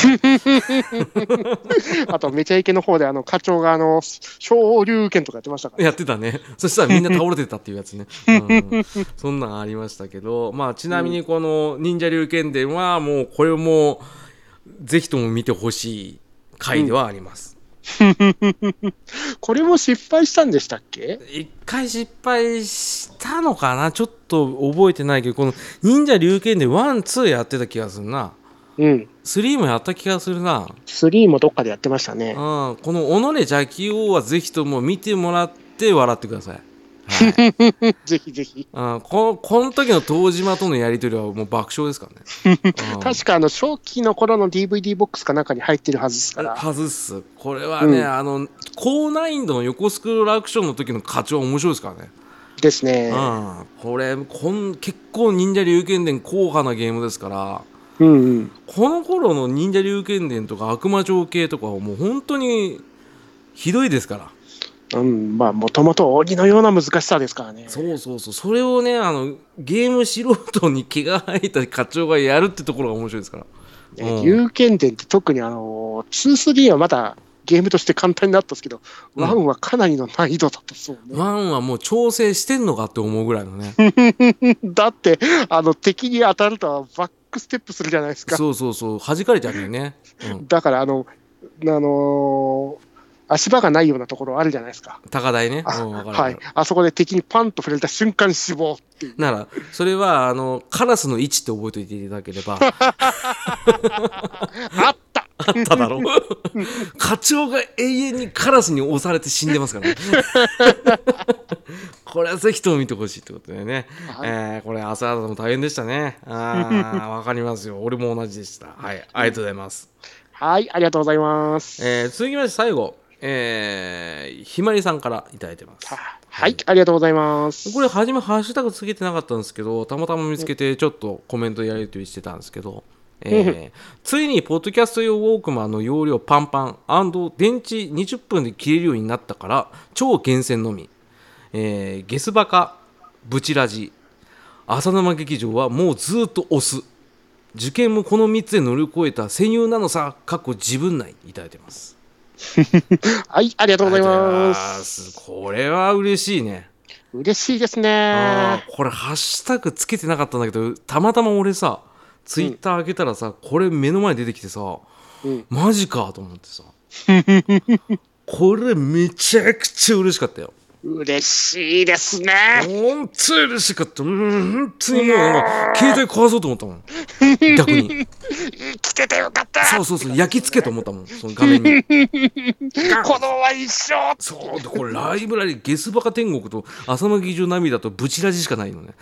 あとめちゃイケの方で課長が昇竜拳とかやってましたから、 やってたね。そしたらみんな倒れてたっていうやつね、そんなんありましたけど、まあ、ちなみにこの忍者龍剣伝はもうこれもぜひとも見てほしい回ではあります、 これも失敗したんでしたっけ？ 一回失敗したのかな、ちょっと覚えてないけど、この忍者龍剣で1、2やってた気がするな。3もやった気がするな。 3もどっかでやってましたね。 この己邪気王はぜひとも見てもらって笑ってください。 ぜひぜひ。 この時の東島とのやり取りはもう爆笑ですからね。 確か初期の頃の DVD ボックスか中に入ってるはずですから。 はずっす。これはね、高難易度の横スクロールアクションの時の課長は面白いですからね。 ですね。 これ結構忍者龍剣伝硬派なゲームですから、この頃の忍者龍剣伝とか悪魔城系とかはもう本当にひどいですから。 まあもともと鬼のような難しさですからね。 そうそれをね、ゲーム素人に毛が生えた課長がやるってところが面白いですから。 龍剣伝って特に2、3はまだゲームとして簡単になったんですけど、1はかなりの難易度だったそうね。 1はもう調整してんのかって思うぐらいのね。 だって敵に当たるとバックステップするじゃないですか。 そう弾かれちゃうんだよね。 だから足場がないようなところあるじゃないですか。 高台ね。 はい。あそこで敵にパンと触れた瞬間死亡っていう。 なら、それは、カラスの位置って覚えておいていただければ。 あっただろ課長が永遠にカラスに押されて死んでますからね。 これはぜひとも見てほしいってことでね、はい、これ朝原さんも大変でしたね。わかりますよ、俺も同じでした。はい、ありがとうございます。 はい、ありがとうございます。 続きまして最後、ひまりさんからいただいてます。 はい、ありがとうございます。 これ初めハッシュタグつけてなかったんですけど、たまたま見つけてちょっとコメントやり取りしてたんですけど、ついにポッドキャスト用ウォークマンの容量パンパン&電池20分で切れるようになったから超厳選のみ、ゲスバカブチラジ浅沼劇場はもうずっと押す、受験もこの3つで乗り越えた戦友なのさ自分内いただいてます。 はい、ありがとうございます。 これは嬉しいね。 嬉しいですね。 これハッシュタグつけてなかったんだけど、たまたま俺さツイッター開けたらさ、これ目の前に出てきてさ、マジかと思ってさこれめちゃくちゃ嬉しかったよ。 嬉しいですね。 本当に嬉しかった。本当にもうなんか携帯壊そうと思ったもん。逆に生きててよかった。 そう焼き付けと思ったもん、その画面にこのまま一生。 そうで、これライブラリゲスバカ天国と浅間劇場涙とブチラジしかないのね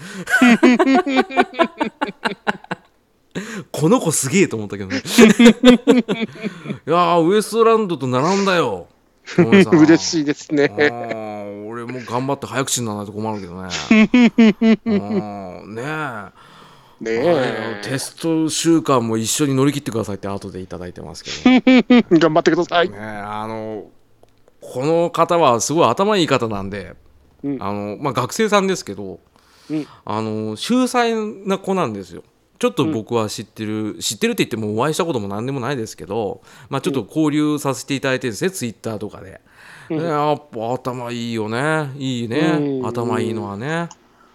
この子すげえと思ったけどねいやウエストランドと並んだよ。 嬉しいですね。 俺も頑張って早口にならないと困るけどねねえテスト週間も一緒に乗り切ってくださいって後でいただいてますけど頑張ってください、 ね、この方はすごい頭いい方なんで、学生さんですけど、秀才な子なんですよ。ちょっと僕は知ってるって言ってもお会いしたことも何でもないですけど、ちょっと交流させていただいてるんですね、ツイッターとかで。やっぱ頭いいよね。いいね、頭いいのはね。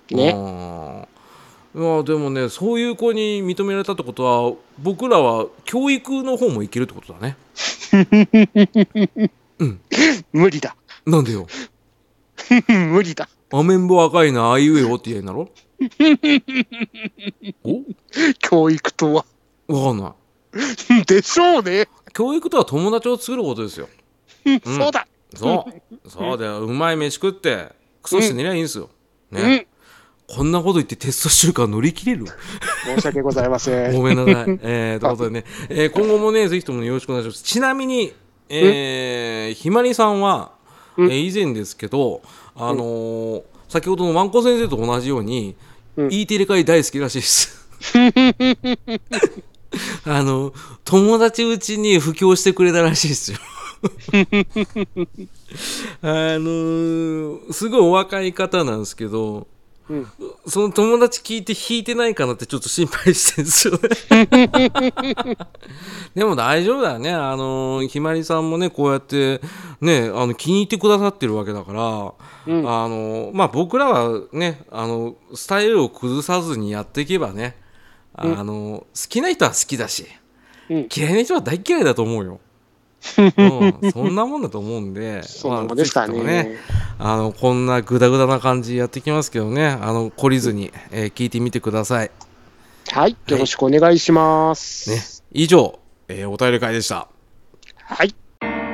いやでもね、そういう子に認められたってことは僕らは教育の方もいけるってことだね無理だ。 なんでよ無理だ。 アメンボ赤いなあいうえおって言えんだろお教育とは分かんないでしょうね。 教育とは友達を作ることですよそうだ。 そうだよ。うまい飯食ってクソして寝りゃいいんですよ、ね。こんなこと言ってテスト週間乗り切れる申し訳ございません。 ごめんなさい。ということでね、今後もねぜひともよろしくお願いします。ちなみに、ひまりさんは、以前ですけど、先ほどのわんこ先生と同じように、E テレ会大好きらしいです友達うちに布教してくれたらしいですよすごいお若い方なんですけど、その友達聞いて弾いてないかなってちょっと心配してるんですよねでも大丈夫だよね。ひまりさんもねこうやってね気に入ってくださってるわけだから、僕らはねスタイルを崩さずにやっていけばね、好きな人は好きだし、嫌いな人は大嫌いだと思うよそんなもんだと思うんで、 そうなんですかね。 こんなグダグダな感じやってきますけどね、懲りずに、聞いてみてください。 はい、よろしくお願いします。 ね、以上、お便り会でした。 はい。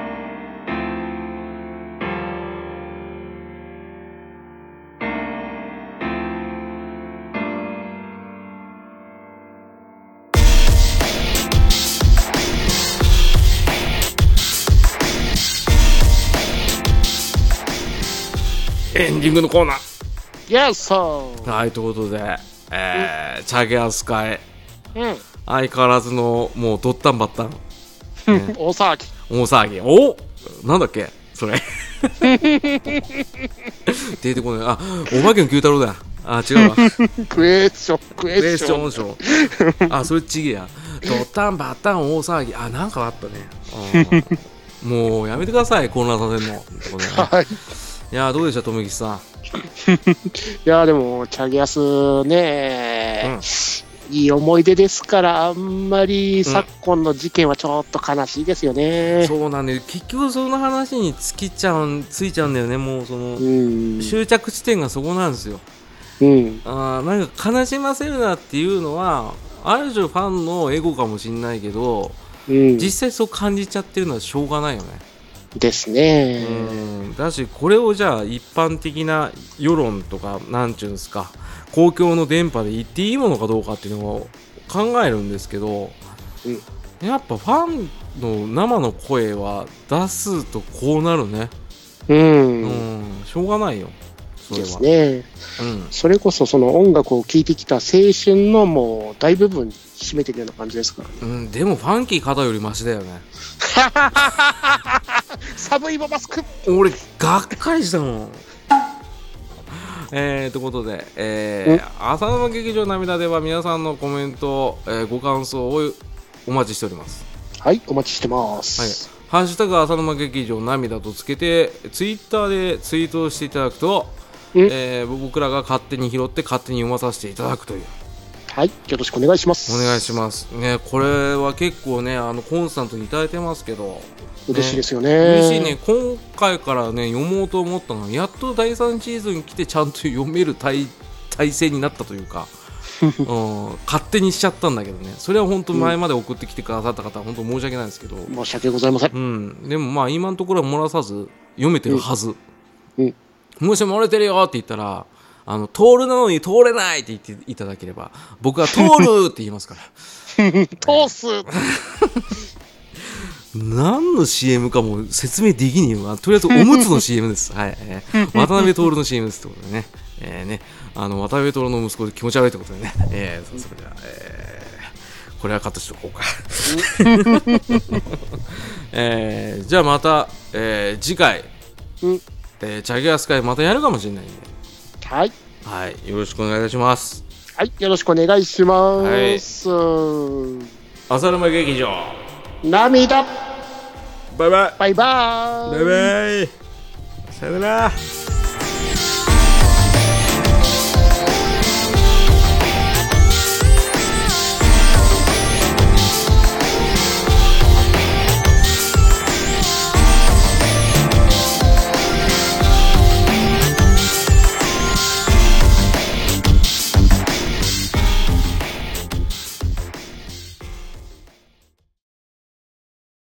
エンディングのコーナー。 Yes, sir. はい、ということで、チャゲアス会、相変わらずのもうドッタンバッタン、 大騒ぎ。 おなんだっけそれ出てこない。あ、お化けの九太郎だ。あ、違うわクエスチョンションあ、それちげえや。ドッタンバッタン大騒ぎ。あ、なんかあったねもうやめてください、混乱させるの、はい。いやどうでした富吉さんいやでもチャゲアスね、いい思い出ですから、あんまり昨今の事件はちょっと悲しいですよね。 そうなんで、結局その話についちゃうんだよね。もうその終着地点がそこなんですよ。なんか悲しませるなっていうのはある種ファンのエゴかもしれないけど、実際そう感じちゃってるのはしょうがないよね。 ですね。 だし、これをじゃあ一般的な世論とかなんちゅうんですか、公共の電波で言っていいものかどうかっていうのを考えるんですけど、やっぱファンの生の声は出すとこうなるね。しょうがないよ。 ですね。それこそその音楽を聴いてきた青春のもう大部分占めてるような感じですから。 でもファンキー肩よりマシだよね。 寒いババスク。 俺がっかりしたもん。ということで、浅沼劇場涙では皆さんのコメント、ご感想をお待ちしております。 はい、お待ちしてます。 はい、ハッシュタグ浅沼劇場涙とつけてツイッターでツイートしていただくと、僕らが勝手に拾って勝手に読まさせていただくという。 はい、よろしくお願いします。 お願いしますね。これは結構ね、コンスタントにいただいてますけど、 嬉しいですよね。 嬉しいね。今回からね読もうと思ったのはやっと第3シーズン来てちゃんと読める体制になったというか勝手にしちゃったんだけどね。それは本当前まで送ってきてくださった方は本当申し訳ないですけど、 申し訳ございません。 でもまあ今のところは漏らさず読めてるはず。もし漏れてるよって言ったら通るなのに通れないって言っていただければ僕は通るって言いますから通す何の CM かも説明できねえよ。とりあえずおむつの CM です。はい、渡辺徹の CM ですってことでね。渡辺徹の息子で気持ち悪いってことでね。それでは、これはカットしとこうか。じゃあまた、次回、チャゲアス会またやるかもしれないんで。 はい。 はい、よろしくお願いいたします。 はい、よろしくお願いします。 浅沼劇場。 涙。 バイバイ。 バイバイ。 バイバイ。さよなら。